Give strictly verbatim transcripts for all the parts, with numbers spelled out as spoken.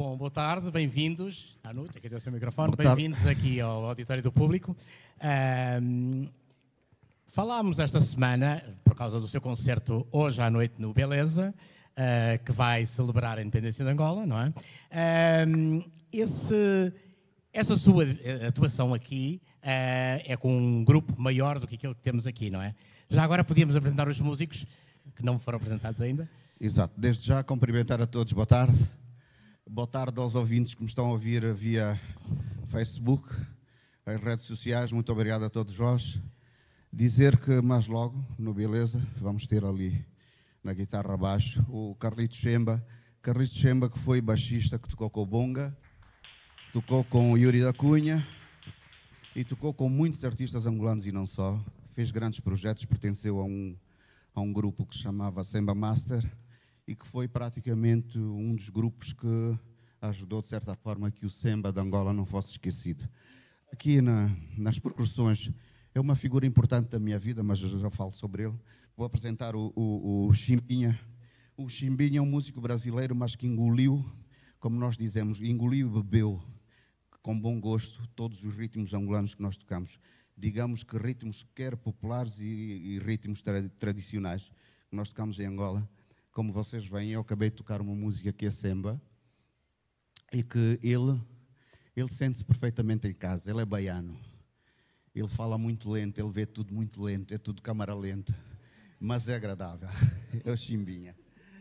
Bom, boa tarde, bem-vindos. À noite, aqui tem o seu microfone. Bem-vindos aqui ao auditório do público. Um, falámos esta semana, por causa do seu concerto hoje à noite no Beleza, uh, que vai celebrar a independência de Angola, não é? Um, esse, essa sua atuação aqui uh, é com um grupo maior do que aquele que temos aqui, não é? Já agora podíamos apresentar os músicos que não foram apresentados ainda. Exato. Desde já cumprimentar a todos. Boa tarde. Boa tarde aos ouvintes que me estão a ouvir via Facebook, as redes sociais. Muito obrigado a todos vós. Dizer que mais logo, no Beleza, vamos ter ali na guitarra abaixo o Carlitos Chemba. Carlitos Chemba, que foi baixista, que tocou com o Bonga, tocou com o Yuri da Cunha e tocou com muitos artistas angolanos e não só. Fez grandes projetos, pertenceu a um, a um grupo que se chamava Semba Master e que foi praticamente um dos grupos que ajudou, de certa forma, que o Semba de Angola não fosse esquecido. Aqui na, nas percussões é uma figura importante da minha vida, mas eu já falo sobre ele. Vou apresentar o, o, o Chimbinha. O Chimbinha é um músico brasileiro, mas que engoliu, como nós dizemos, engoliu e bebeu, com bom gosto, todos os ritmos angolanos que nós tocamos. Digamos que ritmos quer populares e, e ritmos tra tradicionais que nós tocamos em Angola. Como vocês veem, eu acabei de tocar uma música que é Semba e que ele, ele sente-se perfeitamente em casa. Ele é baiano, ele fala muito lento, ele vê tudo muito lento, é tudo câmara lenta, mas é agradável. É o Chimbinha.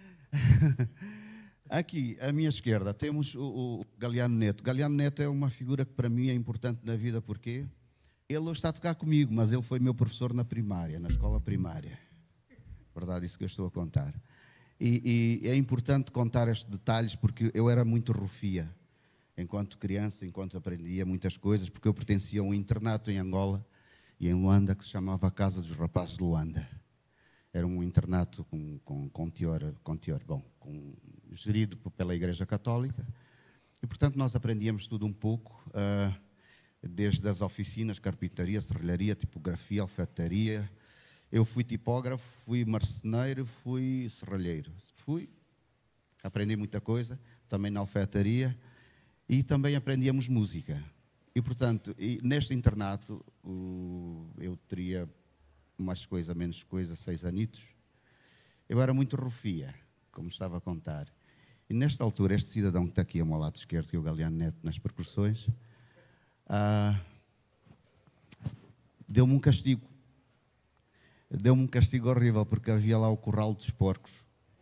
Aqui, à minha esquerda, temos o, o Galeano Neto. Galeano Neto é uma figura que para mim é importante na vida, porque ele hoje está a tocar comigo, mas ele foi meu professor na primária, na escola primária. Verdade, isso que eu estou a contar. E, e é importante contar estes detalhes porque eu era muito rufia enquanto criança, enquanto aprendia muitas coisas, porque eu pertencia a um internato em Angola e em Luanda que se chamava Casa dos Rapazes de Luanda. Era um internato com, com, com, teor, com teor, bom, com, gerido pela Igreja Católica e, portanto, nós aprendíamos tudo um pouco, uh, desde as oficinas, carpintaria, serralharia, tipografia, alfaiataria. Eu fui tipógrafo, fui marceneiro, fui serralheiro. Fui, aprendi muita coisa, também na alfaiataria, e também aprendíamos música. E, portanto, e neste internato, o, eu teria mais coisa, menos coisa, seis anitos. Eu era muito rufia, como estava a contar. E nesta altura, este cidadão que está aqui ao meu lado esquerdo, que é o Galeano Neto, nas percussões, ah, deu-me um castigo. Deu-me um castigo horrível, porque havia lá o curral dos porcos.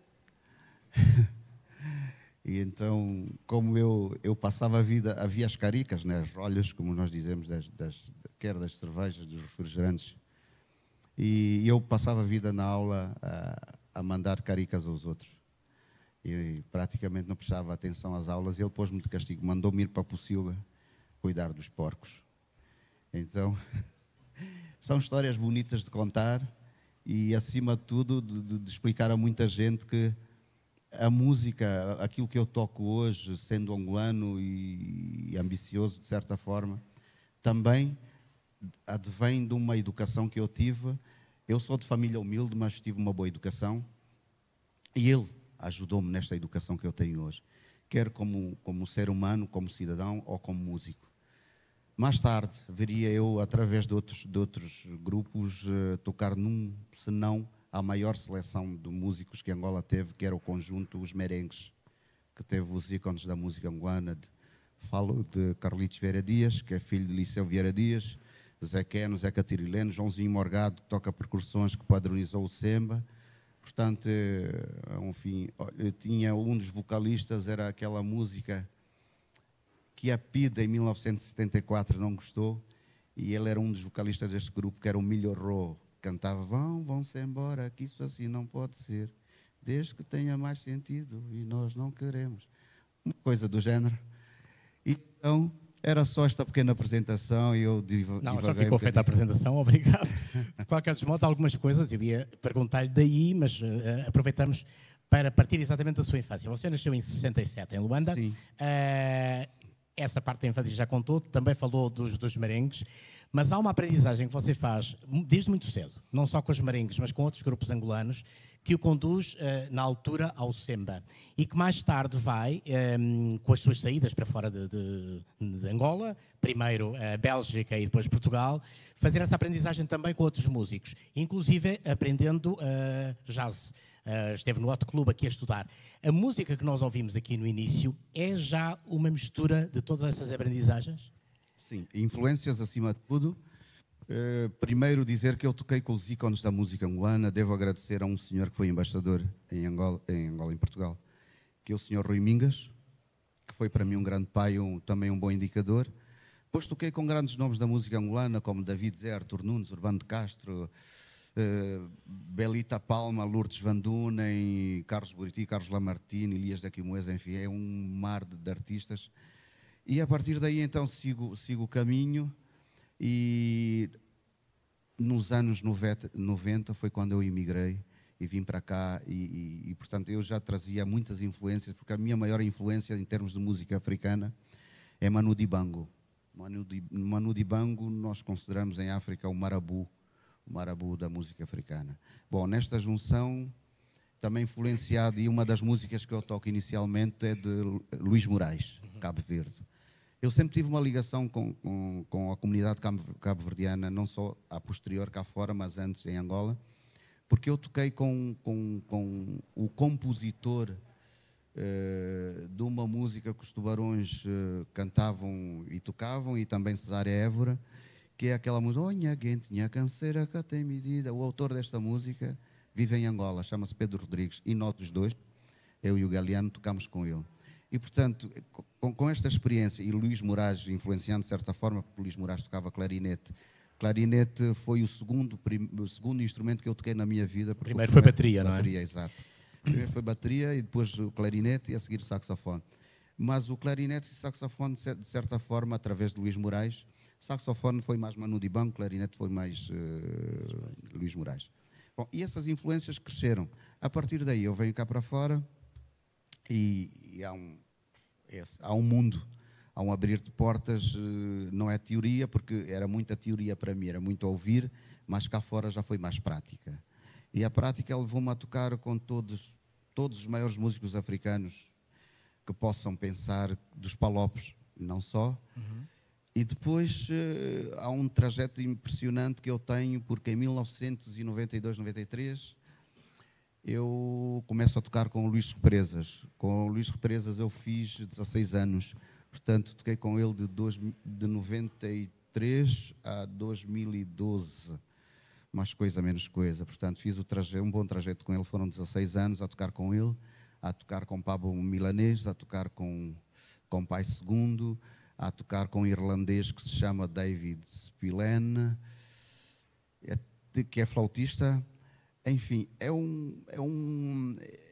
E então, como eu, eu passava a vida, havia as caricas, né, as rolhas, como nós dizemos, das, das, quer das cervejas, dos refrigerantes. E eu passava a vida na aula a, a mandar caricas aos outros. E praticamente não prestava atenção às aulas. E ele pôs-me de castigo, mandou-me ir para a Pocilga cuidar dos porcos. Então... São histórias bonitas de contar e, acima de tudo, de, de, de explicar a muita gente que a música, aquilo que eu toco hoje, sendo angolano e, e ambicioso, de certa forma, também advém de uma educação que eu tive. Eu sou de família humilde, mas tive uma boa educação e ele ajudou-me nesta educação que eu tenho hoje, quer como, como ser humano, como cidadão ou como músico. Mais tarde, veria eu, através de outros, de outros grupos, uh, tocar num, se não, a maior seleção de músicos que Angola teve, que era o conjunto Os Merengues, que teve os ícones da música angolana. De, falo de Carlitos Vieira Dias, que é filho de Liceu Vieira Dias, Zé Queno, Zé Catirileno, Joãozinho Morgado, que toca percussões, que padronizou o Semba. Portanto, uh, enfim, eu tinha um dos vocalistas, era aquela música... que a Pida, em mil novecentos e setenta e quatro, não gostou, e ele era um dos vocalistas deste grupo, que era o Milho Rô, cantava, vão, vão-se embora, que isso assim não pode ser, desde que tenha mais sentido, e nós não queremos. Uma coisa do género. Então, era só esta pequena apresentação, e eu divaguei. Não, já ficou um feita a apresentação, obrigado. De qualquer modo, algumas coisas, eu ia perguntar-lhe daí, mas uh, aproveitamos para partir exatamente da sua infância. Você nasceu em sessenta e sete, em Luanda. Sim. Uh, Essa parte da infância já contou, também falou dos, dos merengues, mas há uma aprendizagem que você faz desde muito cedo, não só com os merengues, mas com outros grupos angolanos, que o conduz uh, na altura ao Semba e que mais tarde vai, um, com as suas saídas para fora de, de, de Angola, primeiro a Bélgica e depois Portugal, fazer essa aprendizagem também com outros músicos, inclusive aprendendo uh, jazz. Uh, esteve no Hot Club aqui a estudar. A música que nós ouvimos aqui no início é já uma mistura de todas essas aprendizagens? Sim, influências acima de tudo. Uh, primeiro dizer que eu toquei com os ícones da música angolana. Devo agradecer a um senhor que foi embaixador em Angola, em Angola, em Portugal, que é o senhor Rui Mingas, que foi para mim um grande pai, um, também um bom indicador. Depois toquei com grandes nomes da música angolana, como David Zé, Artur Nunes, Urbano de Castro, uh, Belita Palma, Lourdes Van Dunen, Carlos Buriti, Carlos Lamartine, Elias da Quimoesa, enfim, é um mar de, de artistas. E a partir daí então sigo, sigo o caminho. E nos anos noventa foi quando eu emigrei e vim para cá e, e, e, portanto, eu já trazia muitas influências, porque a minha maior influência em termos de música africana é Manu Dibango. Manu, Manu Dibango nós consideramos em África o marabu, o marabu da música africana. Bom, nesta junção, também influenciado, e uma das músicas que eu toco inicialmente é de Luís Moraes, Cabo Verde. Eu sempre tive uma ligação com, com, com a comunidade cabo-verdiana, não só a posterior cá fora, mas antes em Angola, porque eu toquei com, com, com o compositor uh, de uma música que os Tubarões uh, cantavam e tocavam, e também Cesária Évora, que é aquela música, oh, nha gente, nha canseira, que tem medida. O autor desta música vive em Angola, chama-se Pedro Rodrigues, e nós os dois, eu e o Galeano, tocamos com ele. E, portanto, com, com esta experiência, e Luís Moraes influenciando de certa forma, porque Luís Moraes tocava clarinete. Clarinete foi o segundo, prim, o segundo instrumento que eu toquei na minha vida. Primeiro foi bateria, não é? Bateria, exato. Primeiro foi bateria e depois o clarinete e a seguir o saxofone. Mas o clarinete e o saxofone, de certa forma, através de Luís Moraes, saxofone foi mais Manu Dibango, clarinete foi mais uh, Luís Moraes. Bom, e essas influências cresceram. A partir daí eu venho cá para fora e, e há, um, esse, há um mundo, há um abrir de portas, uh, não é teoria, porque era muita teoria para mim, era muito ouvir, mas cá fora já foi mais prática. E a prática levou-me a tocar com todos, todos os maiores músicos africanos que possam pensar, dos Palopes, não só. Uhum. E depois uh, há um trajeto impressionante que eu tenho, porque em mil novecentos e noventa e dois, noventa e três, eu começo a tocar com o Luís Represas. Com o Luís Represas eu fiz dezasseis anos, portanto toquei com ele de, dois, de noventa e três a dois mil e doze, mais coisa, menos coisa. Portanto fiz o trajeto, um bom trajeto com ele, foram dezasseis anos a tocar com ele, a tocar com Pablo Milanês, a tocar com, com Pai Segundo, a tocar com um irlandês que se chama David Spillane, que é flautista. Enfim, é um, é um,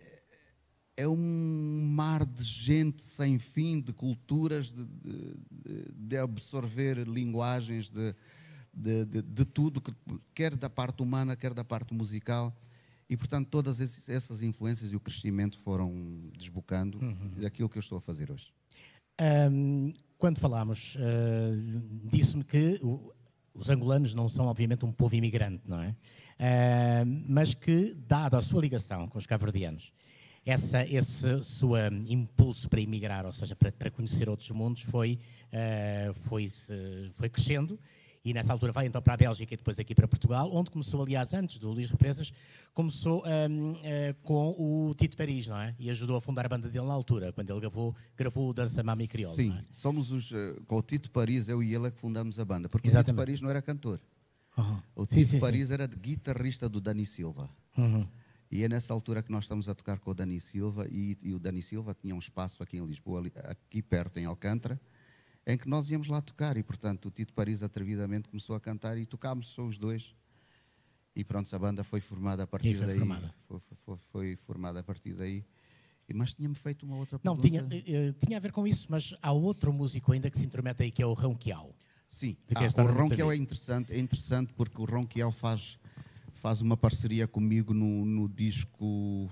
é um mar de gente sem fim, de culturas, de, de, de absorver linguagens, de, de, de, de tudo, quer da parte humana, quer da parte musical. E, portanto, todas essas influências e o crescimento foram desbocando uhum. daquilo que eu estou a fazer hoje. Um, quando falámos, uh, disse-me que o, os angolanos não são, obviamente, um povo imigrante, não é? Uh, mas que, dada a sua ligação com os cabo-verdianos, essa, esse seu impulso para emigrar, ou seja, para, para conhecer outros mundos, foi, uh, foi, foi crescendo. E nessa altura vai então para a Bélgica e depois aqui para Portugal, onde começou, aliás, antes do Luís Represas, começou um, uh, com o Tito Paris, não é? E ajudou a fundar a banda dele na altura, quando ele gravou, gravou o Dança Mami Crioulo. Sim, não é? somos os, uh, com o Tito Paris, eu e ele é que fundamos a banda, porque Exatamente. o Tito Paris não era cantor. Uhum. O Tito sim, sim, Paris sim. era de guitarrista do Dani Silva. Uhum. E é nessa altura que nós estamos a tocar com o Dani Silva, e, e o Dani Silva tinha um espaço aqui em Lisboa, ali, aqui perto, em Alcântara, em que nós íamos lá tocar, e portanto o Tito Paris atrevidamente começou a cantar e tocámos só os dois, e pronto, a banda foi formada a partir foi daí. Formada. Foi, foi, foi formada a partir daí. Mas tinha-me feito uma outra Não, pergunta. Tinha, uh, tinha a ver com isso, mas há outro músico ainda que se intromete aí, que é o Ronquial. Sim, ah, o Ronquial é interessante, é interessante porque o Ronquial faz, faz uma parceria comigo no, no disco,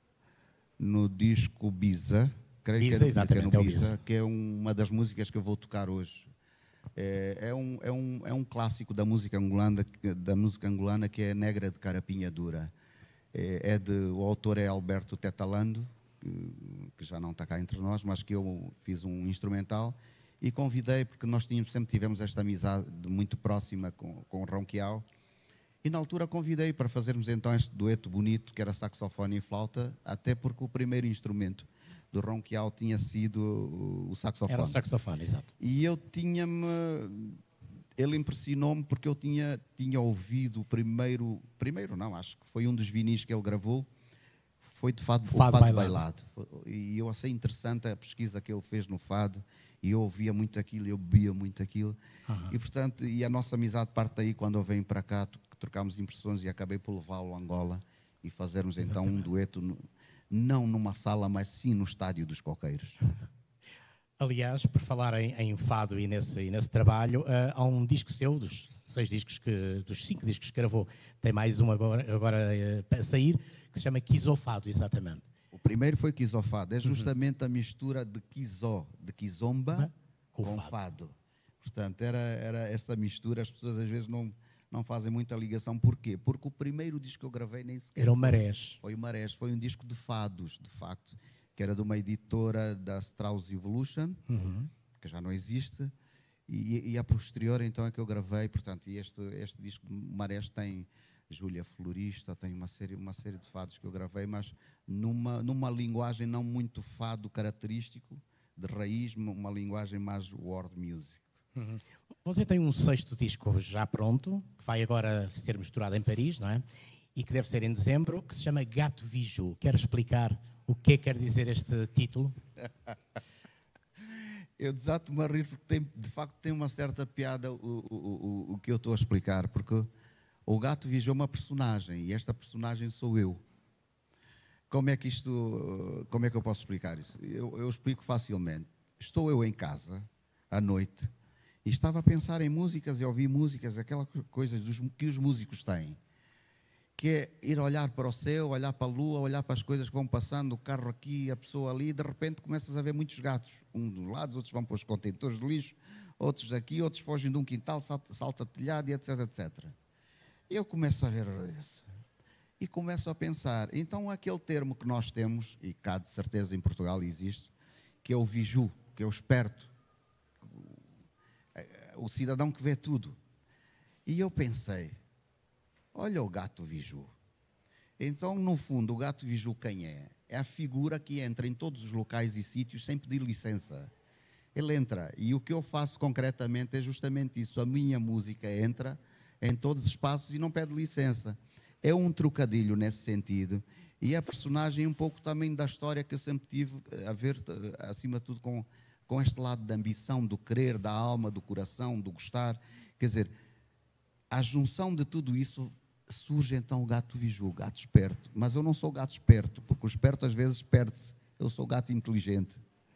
no disco Biza, creio Biza, que é, exatamente, que é no é Biza, Biza, que é uma das músicas que eu vou tocar hoje. É, é, um, é, um, é um clássico da música angolana, da música angolana que é Negra de Carapinha Dura. é, é de, o autor é Alberto Tetalando, que, que já não está cá entre nós, mas que eu fiz um instrumental e convidei, porque nós tínhamos, sempre tivemos esta amizade muito próxima com, com o Ronquial, e na altura convidei para fazermos então este dueto bonito, que era saxofone e flauta, até porque o primeiro instrumento do Ronquial tinha sido o saxofone. Era o saxofone, exato. E eu tinha-me... Ele impressionou-me porque eu tinha, tinha ouvido o primeiro... Primeiro não, acho que foi um dos vinis que ele gravou, foi de fado, fado, o fado bailado. bailado. E eu achei interessante a pesquisa que ele fez no fado, e eu ouvia muito aquilo, eu bebia muito aquilo. Uhum. E, portanto, e a nossa amizade parte daí quando eu venho para cá, trocámos impressões e acabei por levá-lo a Angola e fazermos então Exatamente. um dueto, no, não numa sala, mas sim no Estádio dos Coqueiros. Aliás, por falar em, em fado e nesse, e nesse trabalho, uh, há um disco seu, dos seis discos, que, dos cinco discos que gravou, tem mais um agora, agora uh, a sair, que se chama Quizofado, exatamente. O primeiro foi Quizofado, é justamente uhum. a mistura de Quizó, de Quizomba, uhum. com fado. fado. Portanto, era, era essa mistura, as pessoas às vezes não... não fazem muita ligação. Porquê? Porque o primeiro disco que eu gravei nem sequer era o Marés. Foi o Marés. Foi um disco de fados, de facto, que era de uma editora da Strauss Evolution, uhum. que já não existe, e, e a posterior então é que eu gravei, portanto, e este, este disco de Marés tem Júlia Florista, tem uma série, uma série de fados que eu gravei, mas numa, numa linguagem não muito fado característico, de raiz, uma linguagem mais world music. Uhum. Você tem um sexto disco já pronto, que vai agora ser misturado em Paris, não é? E que deve ser em dezembro, que se chama Gato Bijou. Quer explicar o que é que quer dizer este título? Eu desato-me a rir porque tem, de facto tem uma certa piada o, o, o, o que eu estou a explicar, porque o Gato Bijou é uma personagem e esta personagem sou eu. Como é que isto, como é que eu posso explicar isso? Eu, eu explico facilmente. Estou eu em casa, à noite, e estava a pensar em músicas e ouvir músicas, aquelas coisas dos, que os músicos têm, que é ir olhar para o céu, olhar para a lua, olhar para as coisas que vão passando, o carro aqui, a pessoa ali, e de repente começas a ver muitos gatos, um dos lados, outros vão para os contentores de lixo, outros aqui, outros fogem de um quintal, salta, salta telhado, e etc, etcétera. Eu começo a ver isso e começo a pensar, então aquele termo que nós temos, e cá de certeza em Portugal existe, que é o viju, que é o esperto, o cidadão que vê tudo. E eu pensei, olha o gato Viju. Então, no fundo, o gato Viju quem é? É a figura que entra em todos os locais e sítios sem pedir licença. Ele entra, e o que eu faço concretamente é justamente isso. A minha música entra em todos os espaços e não pede licença. É um trocadilho nesse sentido. E a personagem um pouco também da história que eu sempre tive a ver, acima de tudo, com... com este lado da ambição, do querer, da alma, do coração, do gostar. Quer dizer, a junção de tudo isso surge então o gato Viju, o gato esperto. Mas eu não sou gato esperto, porque o esperto às vezes perde-se. Eu sou gato inteligente.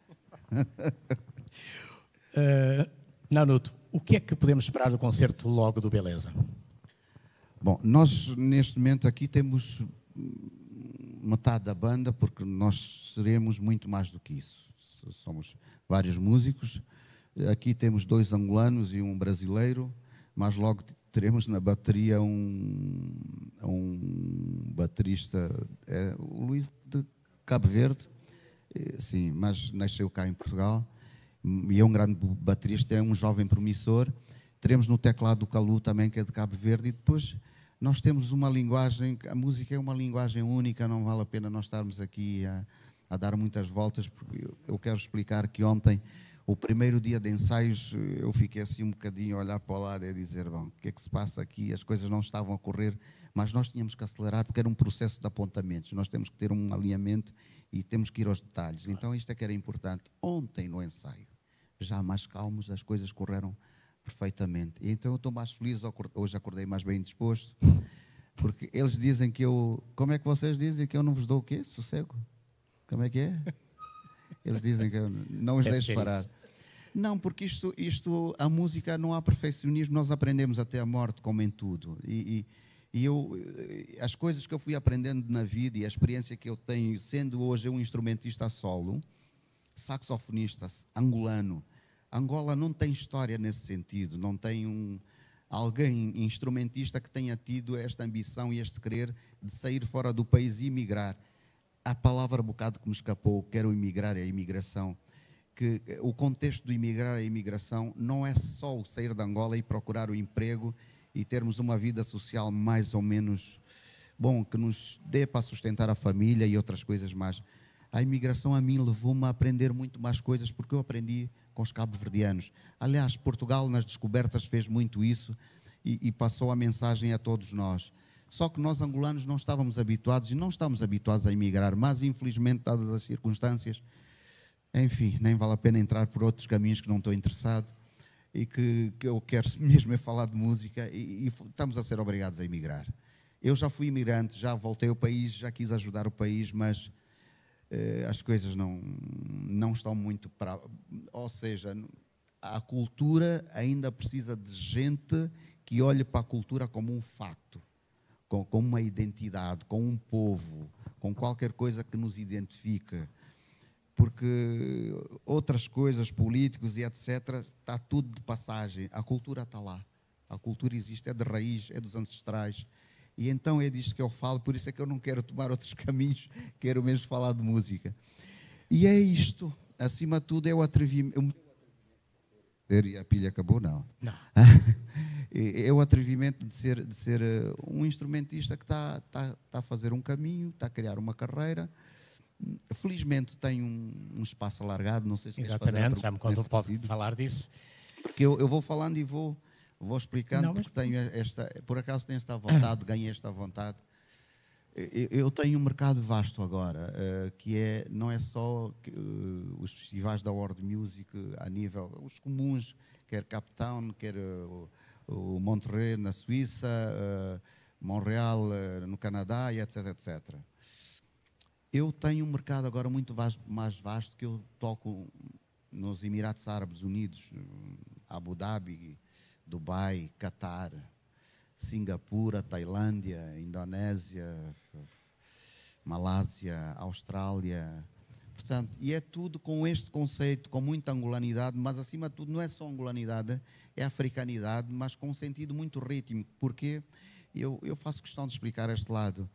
uh, Nanuto, o que é que podemos esperar do concerto logo do Beleza? Bom, nós neste momento aqui temos metade da banda, porque nós seremos muito mais do que isso. Somos vários músicos, aqui temos dois angolanos e um brasileiro, mas logo teremos na bateria um, um baterista, é, o Luís de Cabo Verde, sim, mas nasceu cá em Portugal, e é um grande baterista, é um jovem promissor. Teremos no teclado o Calu também, que é de Cabo Verde, e depois nós temos uma linguagem, a música é uma linguagem única, não vale a pena nós estarmos aqui a a dar muitas voltas, porque eu quero explicar que ontem, o primeiro dia de ensaios, eu fiquei assim um bocadinho a olhar para o lado e a dizer, bom, o que é que se passa aqui? As coisas não estavam a correr, mas nós tínhamos que acelerar porque era um processo de apontamentos, nós temos que ter um alinhamento e temos que ir aos detalhes. Então isto é que era importante. Ontem no ensaio, já mais calmos, as coisas correram perfeitamente. E então eu estou mais feliz, hoje acordei mais bem disposto, porque eles dizem que eu, como é que vocês dizem que eu não vos dou o quê? Sossego? Como é que é? Eles dizem que eu não os deixo parar. Isso. Não, porque isto, isto, a música não há perfeccionismo, nós aprendemos até a morte, como em tudo. E, e, e eu, as coisas que eu fui aprendendo na vida e a experiência que eu tenho, sendo hoje um instrumentista a solo, saxofonista angolano, Angola não tem história nesse sentido, não tem um... alguém instrumentista que tenha tido esta ambição e este querer de sair fora do país e emigrar. A palavra um bocado que me escapou, quero emigrar, é a imigração. Que o contexto do emigrar, a imigração, não é só o sair de Angola e procurar o emprego e termos uma vida social mais ou menos, bom, que nos dê para sustentar a família e outras coisas mais. A imigração a mim levou-me a aprender muito mais coisas, porque eu aprendi com os cabo-verdianos. Aliás, Portugal nas descobertas fez muito isso e, e passou a mensagem a todos nós. Só que nós angolanos não estávamos habituados e não estamos habituados a emigrar, mas infelizmente, dadas as circunstâncias, enfim, nem vale a pena entrar por outros caminhos que não estou interessado e que, que eu quero mesmo é falar de música e, e estamos a ser obrigados a emigrar. Eu já fui imigrante, já voltei ao país, já quis ajudar o país, mas eh, as coisas não, não estão muito para... Ou seja, a cultura ainda precisa de gente que olhe para a cultura como um facto, com, com uma identidade, com um povo, com qualquer coisa que nos identifique. Porque outras coisas, políticos e etcétera, está tudo de passagem. A cultura está lá. A cultura existe, é de raiz, é dos ancestrais. E então é disto que eu falo, por isso é que eu não quero tomar outros caminhos, quero mesmo falar de música. E é isto, acima de tudo, é o atrevimento. E a pilha acabou? Não. Não. É o atrevimento de ser, de ser um instrumentista que está, está, está a fazer um caminho, está a criar uma carreira. Felizmente tem um, um espaço alargado, não sei se exatamente, já me contou, pode falar disso. Porque eu, eu vou falando e vou, vou explicando, não, mas... porque tenho esta, por acaso tenho esta vontade, ganhei esta vontade. Eu, eu tenho um mercado vasto agora, uh, que é, não é só uh, os festivais da World Music a nível, os comuns, quer Cape Town, quer uh, o Monterrey na Suíça, uh, Montreal uh, no Canadá, e etc, etcétera. Eu tenho um mercado agora muito vasto, mais vasto, que eu toco nos Emirados Árabes Unidos, Abu Dhabi, Dubai, Catar, Singapura, Tailândia, Indonésia, Malásia, Austrália. Portanto, e é tudo com este conceito, com muita angolanidade, mas acima de tudo não é só angolanidade, é africanidade, mas com um sentido muito rítmico, porque eu, eu faço questão de explicar este lado.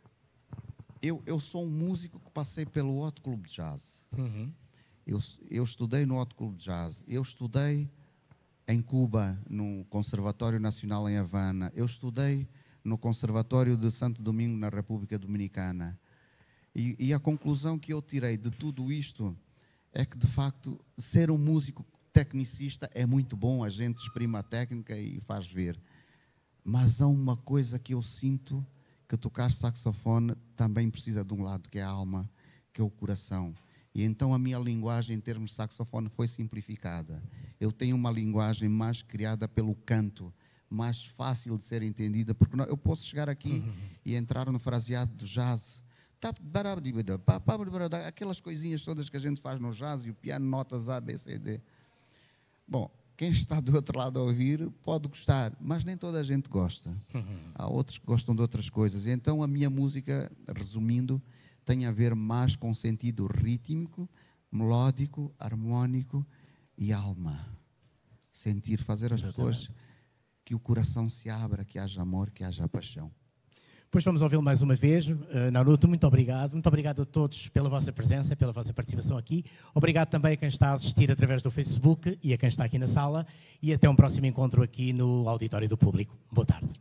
Eu, eu sou um músico que passei pelo Hot Club de Jazz. Uhum. Eu, eu estudei no Hot Club de Jazz. Eu estudei em Cuba, no Conservatório Nacional em Havana. Eu estudei no Conservatório de Santo Domingo, na República Dominicana. E, e a conclusão que eu tirei de tudo isto é que, de facto, ser um músico tecnicista é muito bom. A gente exprime a técnica e faz ver. Mas há uma coisa que eu sinto, que tocar saxofone também precisa de um lado, que é a alma, que é o coração. E então a minha linguagem em termos de saxofone foi simplificada. Eu tenho uma linguagem mais criada pelo canto, mais fácil de ser entendida, porque eu posso chegar aqui uhum. e entrar no fraseado do jazz, aquelas coisinhas todas que a gente faz no jazz, e o piano, notas A, B, C, D. Bom, quem está do outro lado a ouvir pode gostar, mas nem toda a gente gosta. Uhum. Há outros que gostam de outras coisas. E então a minha música, resumindo, tem a ver mais com sentido rítmico, melódico, harmónico e alma. Sentir, fazer as Exatamente. pessoas que o coração se abra, que haja amor, que haja paixão. Pois vamos ouvi-lo mais uma vez. Uh, Naruto, muito obrigado. Muito obrigado a todos pela vossa presença, pela vossa participação aqui. Obrigado também a quem está a assistir através do Facebook e a quem está aqui na sala. E até um próximo encontro aqui no Auditório do Público. Boa tarde.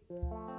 Música